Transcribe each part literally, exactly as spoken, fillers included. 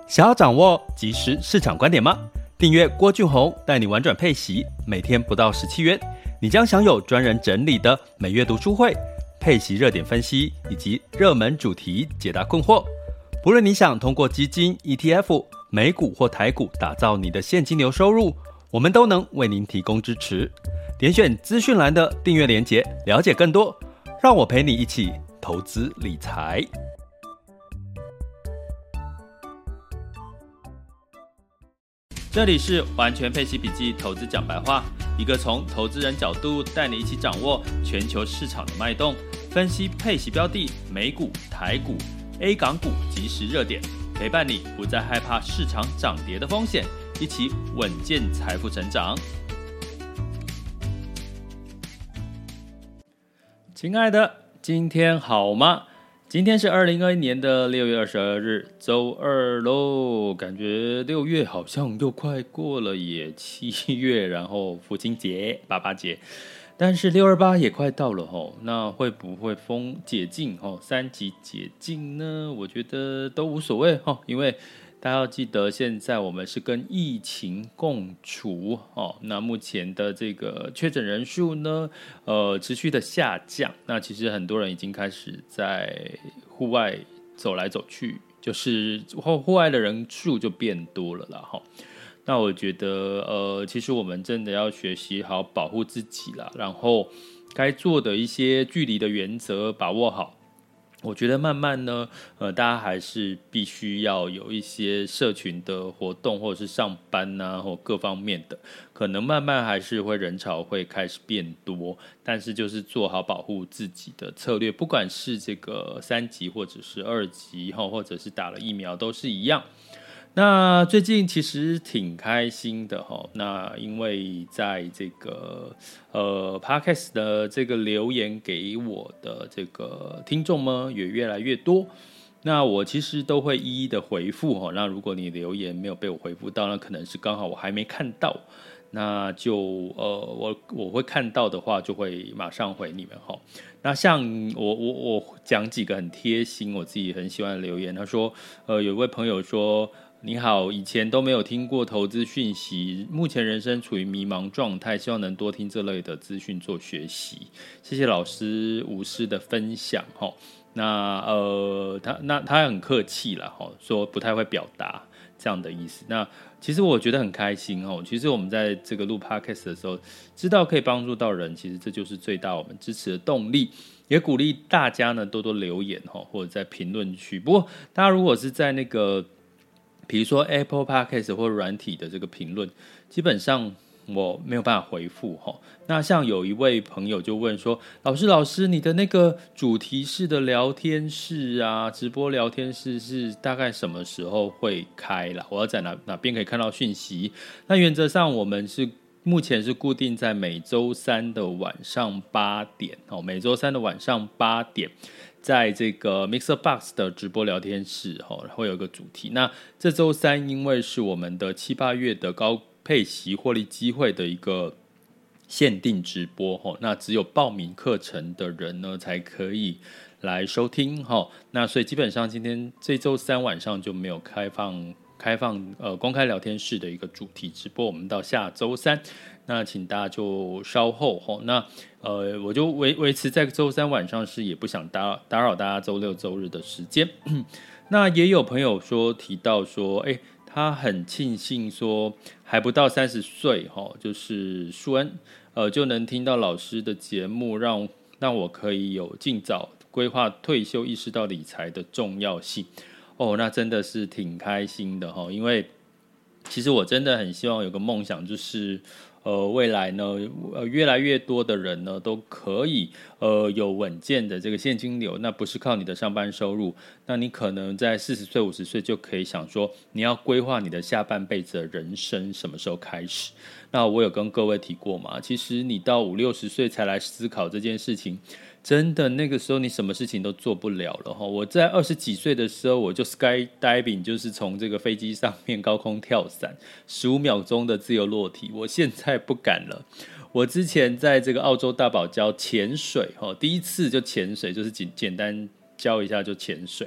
想要掌握即时市场观点吗？订阅郭俊宏带你玩转配息，每天不到十七元，你将享有专人整理的每月读书会、配息热点分析以及热门主题解答困惑。不论你想通过基金、E T F、美股或台股打造你的现金流收入，我们都能为您提供支持。点选资讯栏的订阅连结，了解更多。让我陪你一起投资理财。这里是完全配息笔记投资讲白话，一个从投资人角度带你一起掌握全球市场的脉动，分析配息标的、美股、台股、A 港股即时热点，陪伴你不再害怕市场涨跌的风险，一起稳健财富成长。亲爱的，今天好吗？今天是二零二一年的六月二十二日，周二喽。感觉六月好像又快过了耶，七月，然后父亲节、爸爸节，但是六二八也快到了吼。那会不会封解禁吼？三级解禁呢？我觉得都无所谓吼，因为大家要记得，现在我们是跟疫情共处哦。那目前的这个确诊人数呢，呃，持续的下降。那其实很多人已经开始在户外走来走去，就是户外的人数就变多了啦哈。那我觉得，呃，其实我们真的要学习好保护自己啦，然后该做的一些距离的原则把握好。我觉得慢慢呢，呃，大家还是必须要有一些社群的活动，或者是上班啊，或各方面的，可能慢慢还是会人潮会开始变多，但是就是做好保护自己的策略，不管是这个三级或者是二级，或者是打了疫苗都是一样。那最近其实挺开心的哈，那因为在这个呃 Podcast 的这个留言给我的这个听众们也越来越多，那我其实都会一一的回复哈。那如果你留言没有被我回复到，那可能是刚好我还没看到，那就呃我我会看到的话，就会马上回你们哈。那像我我我讲几个很贴心，我自己很喜欢的留言，他说呃有一位朋友说。你好，以前都没有听过投资讯息，目前人生处于迷茫状态，希望能多听这类的资讯做学习。谢谢老师无私的分享哈。那呃，他那他很客气啦哈，说不太会表达这样的意思。那其实我觉得很开心哈。其实我们在这个录 podcast 的时候，知道可以帮助到人，其实这就是最大我们支持的动力。也鼓励大家呢多多留言哈，或者在评论区。不过大家如果是在那个比如说 Apple Podcast 或软体的这个评论，基本上我没有办法回复哈。那像有一位朋友就问说，老师老师，你的那个主题式的聊天室啊，直播聊天室是大概什么时候会开啦？我要在哪哪边可以看到讯息？那原则上我们是目前是固定在每周三的晚上八点哦，每周三的晚上八点。在这个 Mixer Box 的直播聊天室会有一个主题，那这周三因为是我们的七八月的高配息获利机会的一个限定直播，那只有报名课程的人呢才可以来收听，那所以基本上今天这周三晚上就没有开放开放呃公开聊天室的一个主题直播，我们到下周三，那请大家就稍后吼。那呃我就维维持在周三晚上是也不想打扰打扰大家周六周日的时间。那也有朋友说提到说，哎，他很庆幸说还不到三十岁哈，就是淑恩呃就能听到老师的节目，让让我可以有尽早规划退休，意识到理财的重要性。哦，那真的是挺开心的哈，因为其实我真的很希望有个梦想，就是呃未来呢，呃越来越多的人呢都可以呃有稳健的这个现金流，那不是靠你的上班收入，那你可能在四十岁、五十岁就可以想说，你要规划你的下半辈子的人生什么时候开始？那我有跟各位提过嘛，其实你到五六十岁才来思考这件事情。真的那个时候你什么事情都做不了了。我在二十几岁的时候我就 skydiving， 就是从这个飞机上面高空跳伞十五秒钟的自由落体，我现在不敢了。我之前在这个澳洲大堡礁潜水，第一次就潜水，就是简简单教一下就潜水，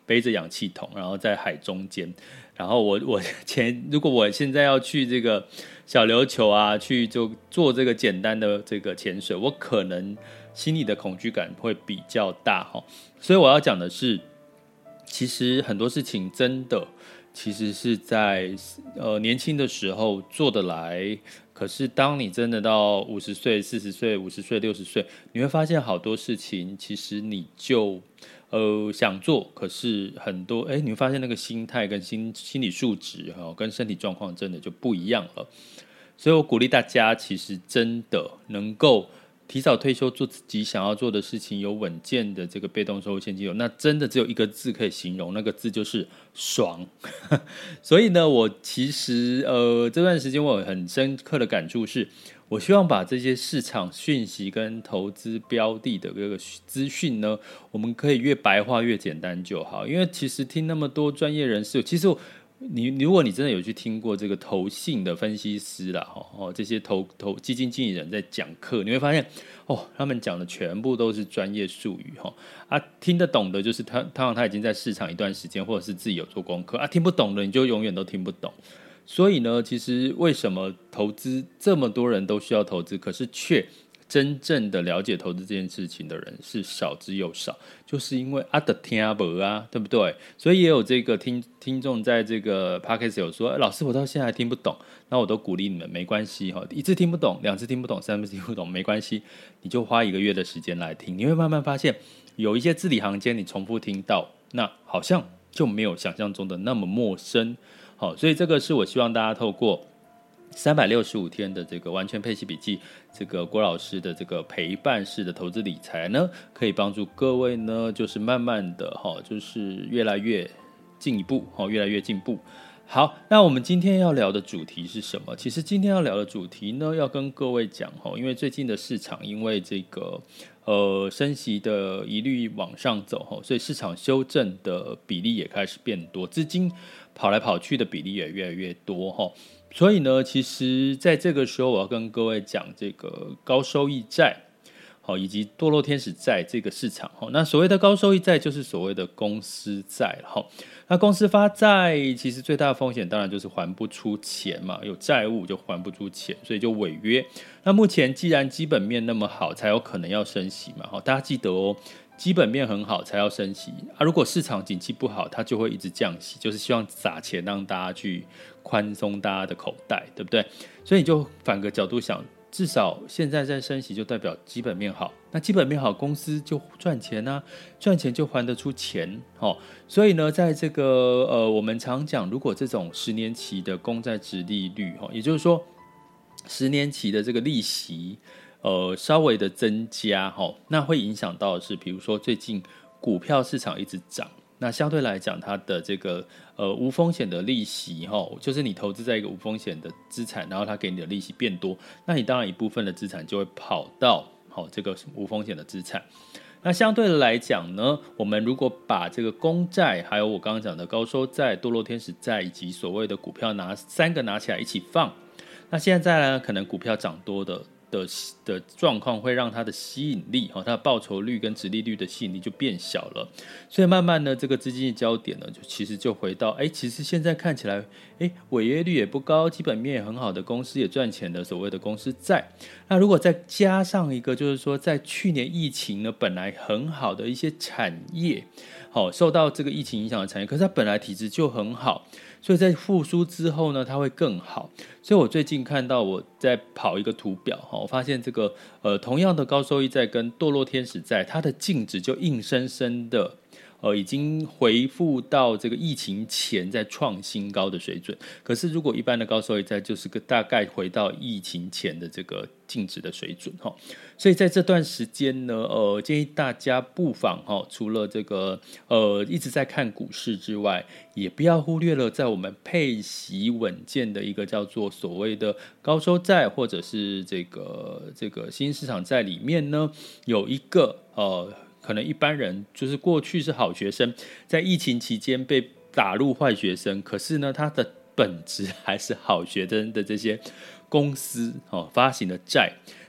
背着氧气筒，然后在海中间。然后我我前如果我现在要去这个小琉球啊，去就做这个简单的这个潜水，我可能心里的恐惧感会比较大哈。所以我要讲的是，其实很多事情真的其实是在呃年轻的时候做得来，可是当你真的到五十岁、四十岁、五十岁、六十岁，你会发现好多事情其实你就。呃，想做，可是很多，哎，你会发现那个心态跟心心理素质哈，跟身体状况真的就不一样了。所以我鼓励大家，其实真的能够提早退休，做自己想要做的事情，有稳健的这个被动收入现金流，那真的只有一个字可以形容，那个字就是爽。所以呢，我其实呃这段时间我有很深刻的感触是。我希望把这些市场讯息跟投资标的的这个资讯呢，我们可以越白话越简单就好。因为其实听那么多专业人士，其实你如果你真的有去听过这个投信的分析师啦，哦，这些投投基金经理人在讲课，你会发现哦，他们讲的全部都是专业术语哈啊，听得懂的就是他，他他已经在市场一段时间，或者是自己有做功课啊，听不懂的你就永远都听不懂。所以呢，其实为什么投资这么多人都需要投资，可是却真正的了解投资这件事情的人是少之又少，就是因为啊的听不啊，对不对？所以也有这个听听众在这个 podcast 有说，老师我到现在还听不懂，那我都鼓励你们没关系哈，一次听不懂，两次听不懂，三次听不懂没关系，你就花一个月的时间来听，你会慢慢发现有一些字里行间你重复听到，那好像就没有想象中的那么陌生。好，所以这个是我希望大家透过三百六十五天的这个完全配息笔记，这个郭老师的这个陪伴式的投资理财呢，可以帮助各位呢，就是慢慢的哈，就是越来越进一步，越来越进步。好，那我们今天要聊的主题是什么？其实今天要聊的主题呢，要跟各位讲哈，因为最近的市场因为这个呃升息的疑虑往上走哈，所以市场修正的比例也开始变多，资金跑来跑去的比例也越来越多哈。所以呢，其实在这个时候，我要跟各位讲这个高收益债。以及堕落天使债这个市场，那所谓的高收益债就是所谓的公司债。那公司发债其实最大的风险当然就是还不出钱嘛，有债务就还不出钱，所以就违约。那目前既然基本面那么好，才有可能要升息嘛，大家记得哦，基本面很好才要升息啊。如果市场景气不好，它就会一直降息，就是希望撒钱让大家去宽松大家的口袋，对不对？所以你就反个角度想，至少现在在升息就代表基本面好，那基本面好，公司就赚钱啊，赚钱就还得出钱，哦，所以呢，在这个呃，我们常讲，如果这种十年期的公债殖利率，哦，也就是说十年期的这个利息，呃，稍微的增加，哦，那会影响到的是，比如说最近股票市场一直涨。那相对来讲，它的这个呃无风险的利息哈，就是你投资在一个无风险的资产，然后它给你的利息变多，那你当然一部分的资产就会跑到好这个无风险的资产。那相对的来讲呢，我们如果把这个公债，还有我刚刚讲的高收债、堕落天使债以及所谓的股票拿三个拿起来一起放，那现在呢，可能股票涨多的。的, 的状况会让它的吸引力，它的报酬率跟殖利率的吸引力就变小了，所以慢慢呢，这个资金的焦点呢，就其实就回到，哎，其实现在看起来，哎，违约率也不高，基本面也很好的公司也赚钱的所谓的公司债，那如果再加上一个，就是说在去年疫情呢，本来很好的一些产业，好受到这个疫情影响的产业，可是它本来体质就很好。所以在复苏之后呢，它会更好。所以我最近看到我在跑一个图表，我发现这个呃同样的高收益债跟堕落天使债，它的净值就硬生生的呃已经回复到这个疫情前在创新高的水准。可是如果一般的高收益债，就是个大概回到疫情前的这个净值的水准哈。所以在这段时间呢，呃，建议大家不妨哈，除了这个呃一直在看股市之外，也不要忽略了在我们配息稳健的一个叫做所谓的高收债，或者是这个这个新兴市场债里面呢，有一个呃，可能一般人就是过去是好学生，在疫情期间被打入坏学生，可是呢，他的本质还是好学生的这些公司哦发行的债。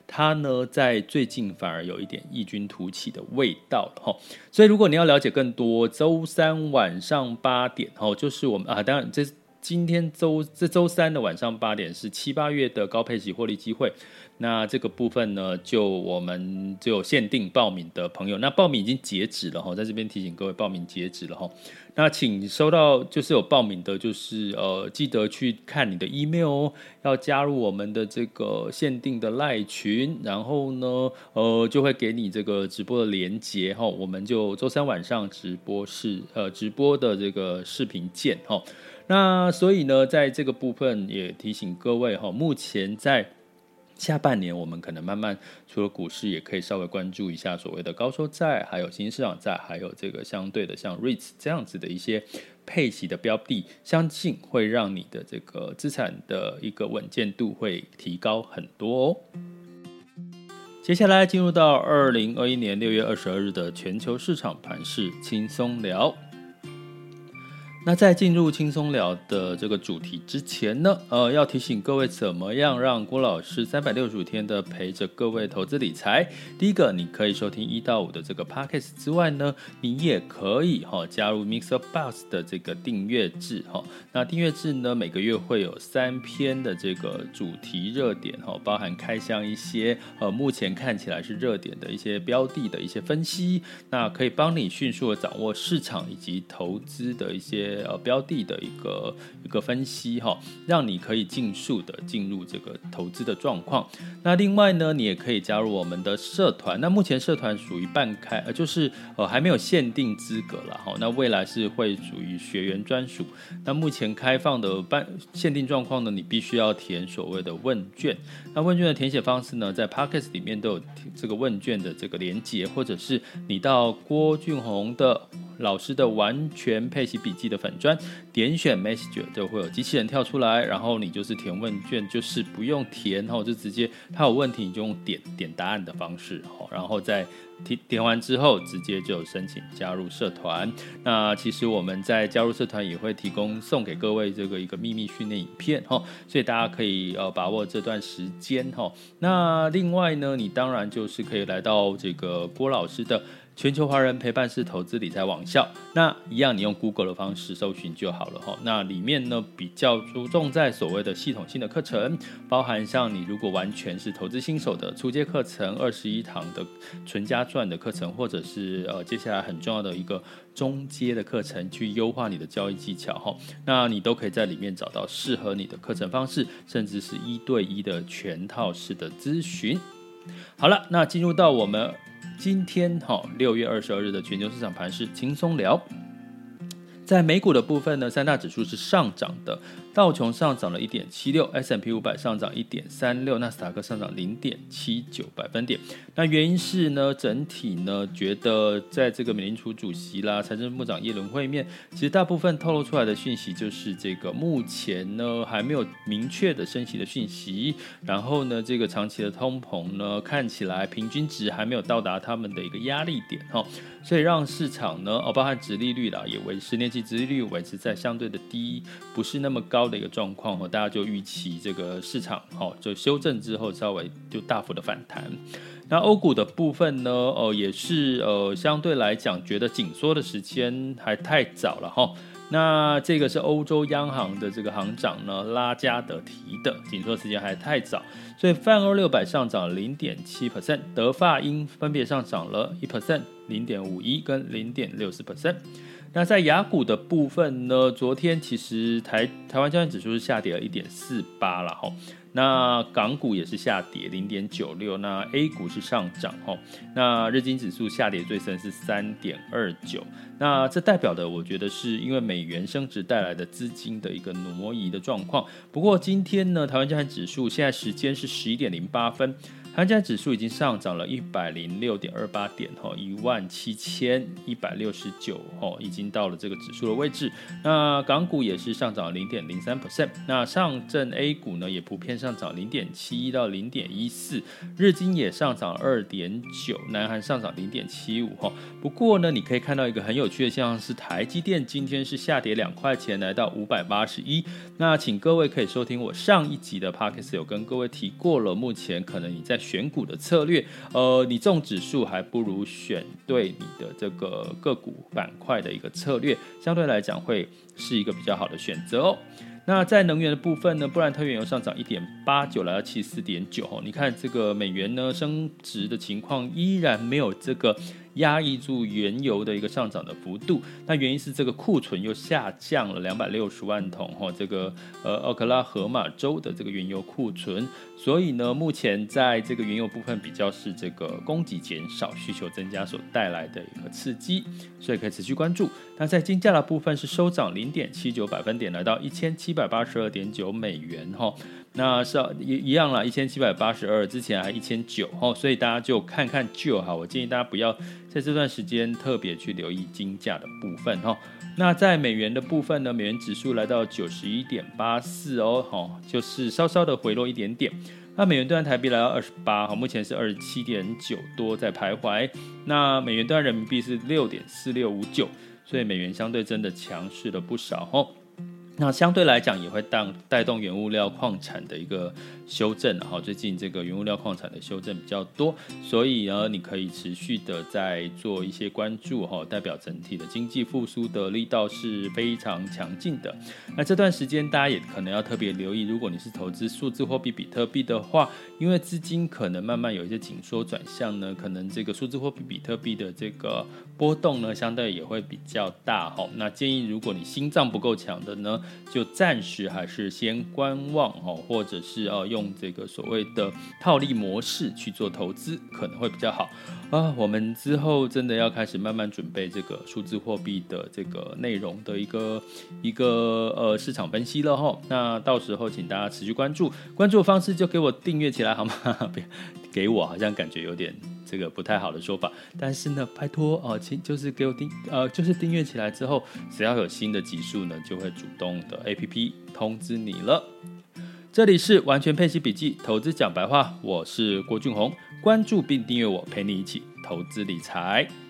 它呢在最近反而有一点异军突起的味道了。所以如果你要了解更多，周三晚上八点就是我们啊，当然这今天周这周三的晚上八点是七八月的高配息获利机会。那这个部分呢，就我们就有限定报名的朋友，那报名已经截止了，在这边提醒各位报名截止了。那请收到就是有报名的，就是呃记得去看你的 email 哦，要加入我们的这个限定的 LINE 群，然后呢呃就会给你这个直播的连结，我们就周三晚上直播是呃直播的这个视频见。那所以呢在这个部分也提醒各位，目前在下半年我们可能慢慢除了股市也可以稍微关注一下所谓的高收债，还有新兴市场债，还有这个相对的像 REITs 这样子的一些配息的标的，相信会让你的这个资产的一个稳健度会提高很多哦。接下来进入到二零二一年六月二十二日的全球市场盘势轻松聊。那在进入轻松聊的这个主题之前呢，呃，要提醒各位怎么样让郭老师三百六十五天的陪着各位投资理财。第一个，你可以收听一到五的这个 podcast 之外呢，你也可以、哦、加入 MixerBox 的这个订阅制、哦、那订阅制呢，每个月会有三篇的这个主题热点、哦、包含开箱一些呃目前看起来是热点的一些标的的一些分析，那可以帮你迅速的掌握市场以及投资的一些呃标的的一个一个分析哈，让你可以尽速的进入这个投资的状况。那另外呢，你也可以加入我们的社团。那目前社团属于半开，呃，就是呃还没有限定资格啦哈。那未来是会属于学员专属。那目前开放的半限定状况呢，你必须要填所谓的问卷。那问卷的填写方式呢，在 Podcast 里面都有这个问卷的这个连结，或者是你到郭俊宏的老师的完全配息笔记的粉专，点选 message 就会有机器人跳出来，然后你就是填问卷，就是不用填，就直接他有问题你就用点点答案的方式，然后再填完之后直接就申请加入社团。那其实我们在加入社团也会提供送给各位这个一个秘密训练影片，所以大家可以把握这段时间。那另外呢，你当然就是可以来到这个郭老师的全球华人陪伴式投资理财网校，那一样你用 Google 的方式搜寻就好了。那里面呢比较注重在所谓的系统性的课程，包含像你如果完全是投资新手的初阶课程，二十一堂的纯家赚的课程，或者是呃接下来很重要的一个中阶的课程，去优化你的交易技巧，那你都可以在里面找到适合你的课程方式，甚至是一对一的全套式的咨询。好了，那进入到我们今天六月二十二日的全球市场盘势轻松聊。在美股的部分呢，三大指数是上涨的，道琼上涨了 一点七六， S and P 五百 上涨 一点三六， 纳斯达克上涨 零点七九 百分点。那原因是呢，整体呢觉得在这个美联储主席啦、财政部长耶伦会面，其实大部分透露出来的讯息就是这个目前呢还没有明确的升息的讯息，然后呢这个长期的通膨呢看起来平均值还没有到达他们的一个压力点，所以让市场呢包含殖利率啦，也为十年期殖利率维持在相对的低，不是那么高的一个状况，大家就预期这个市场就修正之后稍微就大幅的反弹。那欧股的部分呢，呃、也是呃相对来讲觉得紧缩的时间还太早了哈。那这个是欧洲央行的这个行长呢拉加德提的，紧缩时间还太早，所以泛欧六百上涨 零点七 百分点， 德法英分别上涨了 百分之一、零点五一 跟 零点六四 百分点。那在亚股的部分呢，昨天其实台台湾加权指数是下跌了 一点四八 啦齁，那港股也是下跌 零点九六， 那 A 股是上涨齁，那日经指数下跌最深是 三点二九， 那这代表的我觉得是因为美元升值带来的资金的一个挪移的状况。不过今天呢，台湾加权指数现在时间是十一点零八分，台湾加权指数已经上涨了 一百零六点二八 点， 一万七千一百六十九， 已经到了这个指数的位置。那港股也是上涨了 零点零三 百分点， 那上证 A 股呢也普遍上涨 零点七一 到 零点一四， 日经也上涨 二点九， 南韩上涨 零点七五。 不过呢，你可以看到一个很有趣的现象是，台积电今天是下跌两块钱来到五百八十一。那请各位可以收听我上一集的 Podcast， 有跟各位提过了，目前可能你在选股的策略，呃，你重指数还不如选对你的这个个股板块的一个策略，相对来讲会是一个比较好的选择哦。那在能源的部分呢，布兰特原油上涨 一点八九 来到 七十四点九， 你看这个美元呢升值的情况依然没有这个压抑住原油的一个上涨的幅度，那原因是这个库存又下降了两百六十万桶，这个呃奥克拉荷马州的这个原油库存，所以呢目前在这个原油部分比较是这个供给减少需求增加所带来的一个刺激，所以可以持续关注。那在金价的部分是收涨 零点七九百分点，来到一千七百八十二点九美元，那是一样啦，一千七百八十二，之前还一千九百，所以大家就看看就好。我建议大家不要在这段时间特别去留意金价的部分。那在美元的部分呢，美元指数来到 九十一点八四 哦，就是稍稍的回落一点点。那美元兑换台币来到二十八，目前是二十七点九多在徘徊。那美元兑换人民币是 六点四六五九，所以美元相对真的强势了不少哦。那相对来讲也会带动原物料矿产的一个修正，最近这个原物料矿产的修正比较多，所以呢你可以持续的在做一些关注，代表整体的经济复苏的力道是非常强劲的。那这段时间大家也可能要特别留意，如果你是投资数字货币比特币的话，因为资金可能慢慢有一些紧缩转向呢，可能这个数字货币比特币的这个波动呢相对也会比较大。那建议如果你心脏不够强的呢，就暂时还是先观望，或者是用这个所谓的套利模式去做投资可能会比较好啊。我们之后真的要开始慢慢准备这个数字货币的这个内容的一个一个呃市场分析了齁。那到时候请大家持续关注，关注的方式就给我订阅起来好吗？给我好像感觉有点这个不太好的说法，但是呢，拜托哦，请就是给我订呃，就是订阅起来之后，只要有新的集数呢，就会主动的 A P P 通知你了。这里是完全配息笔记，投资讲白话，我是郭俊宏，关注并订阅我，陪你一起投资理财。